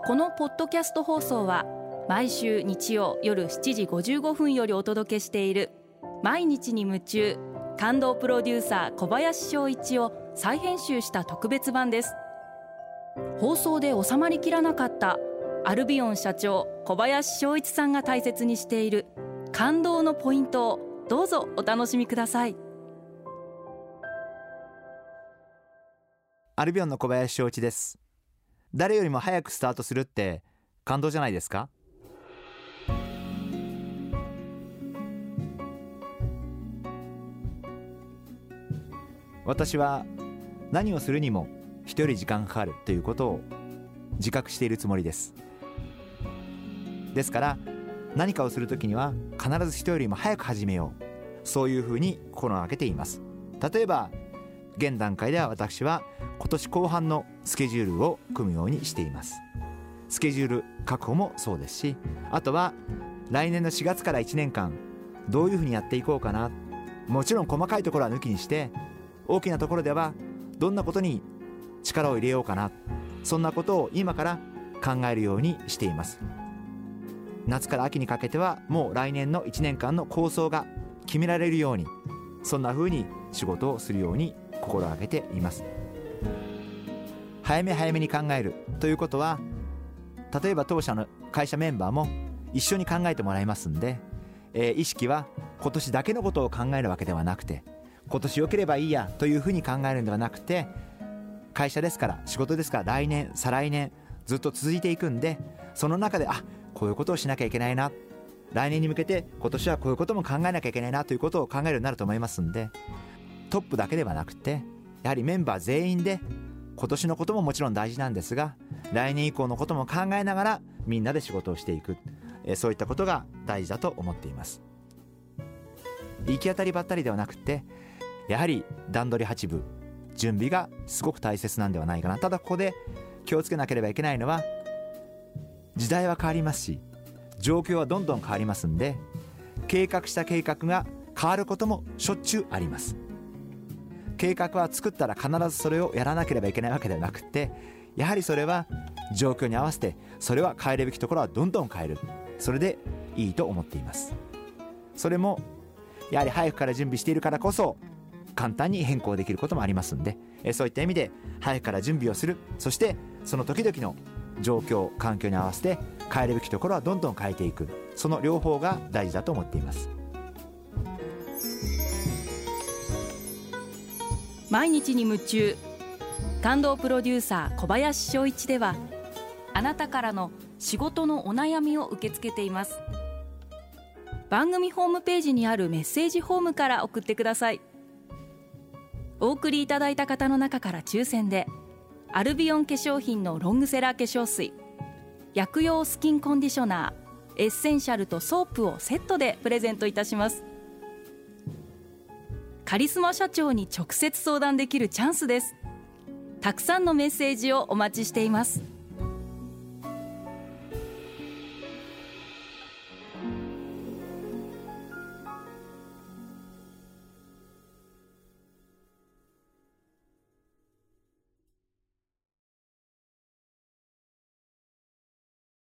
このポッドキャスト放送は毎週日曜夜7時55分よりお届けしている毎日に夢中感動プロデューサー小林翔一を再編集した特別版です。放送で収まりきらなかったアルビオン社長小林翔一さんが大切にしている感動のポイントをどうぞお楽しみください。 アルビオンの小林翔一です。誰よりも早くスタートするって感動じゃないですか？私は何をするにも人より時間がかかるということを自覚しているつもりです。ですから何かをするときには必ず人よりも早く始めよう、そういうふうに心がけています。例えば現段階では私は今年後半のスケジュールを組むようにしています。スケジュール確保もそうですし、あとは来年の4月から1年間どういうふうにやっていこうかな、もちろん細かいところは抜きにして大きなところではどんなことに力を入れようかな、そんなことを今から考えるようにしています。夏から秋にかけてはもう来年の1年間の構想が決められるように、そんな風に仕事をするように心がけています。早め早めに考えるということは、例えば当社の会社メンバーも一緒に考えてもらいますんで、意識は今年だけのことを考えるわけではなくて、今年良ければいいやというふうに考えるのではなくて、会社ですから仕事ですから来年再来年ずっと続いていくんで、その中でこういうことをしなきゃいけないな、来年に向けて今年はこういうことも考えなきゃいけないなということを考えるようになると思いますんで、トップだけではなくてやはりメンバー全員で今年のことももちろん大事なんですが、来年以降のことも考えながらみんなで仕事をしていく、そういったことが大事だと思っています。行き当たりばったりではなくて、やはり段取り8分準備がすごく大切なんではないかな。ただここで気をつけなければいけないのは、時代は変わりますし状況はどんどん変わりますんで、計画した計画が変わることもしょっちゅうあります。計画は作ったら必ずそれをやらなければいけないわけではなくて、やはりそれは状況に合わせてそれは変えるべきところはどんどん変える、それでいいと思っています。それもやはり早くから準備しているからこそ簡単に変更できることもありますんで、そういった意味で早くから準備をする、そしてその時々の状況環境に合わせて変えるべきところはどんどん変えていく、その両方が大事だと思っています。 毎日に夢中感動プロデューサー小林翔一では、あなたからの仕事のお悩みを受け付けています。番組ホームページにあるメッセージフォームから送ってください。お送りいただいた方の中から抽選でアルビオン化粧品のロングセラー化粧水、薬用スキンコンディショナー、エッセンシャルとソープをセットでプレゼントいたします。カリスマ社長に直接相談できるチャンスです。たくさんのメッセージをお待ちしています。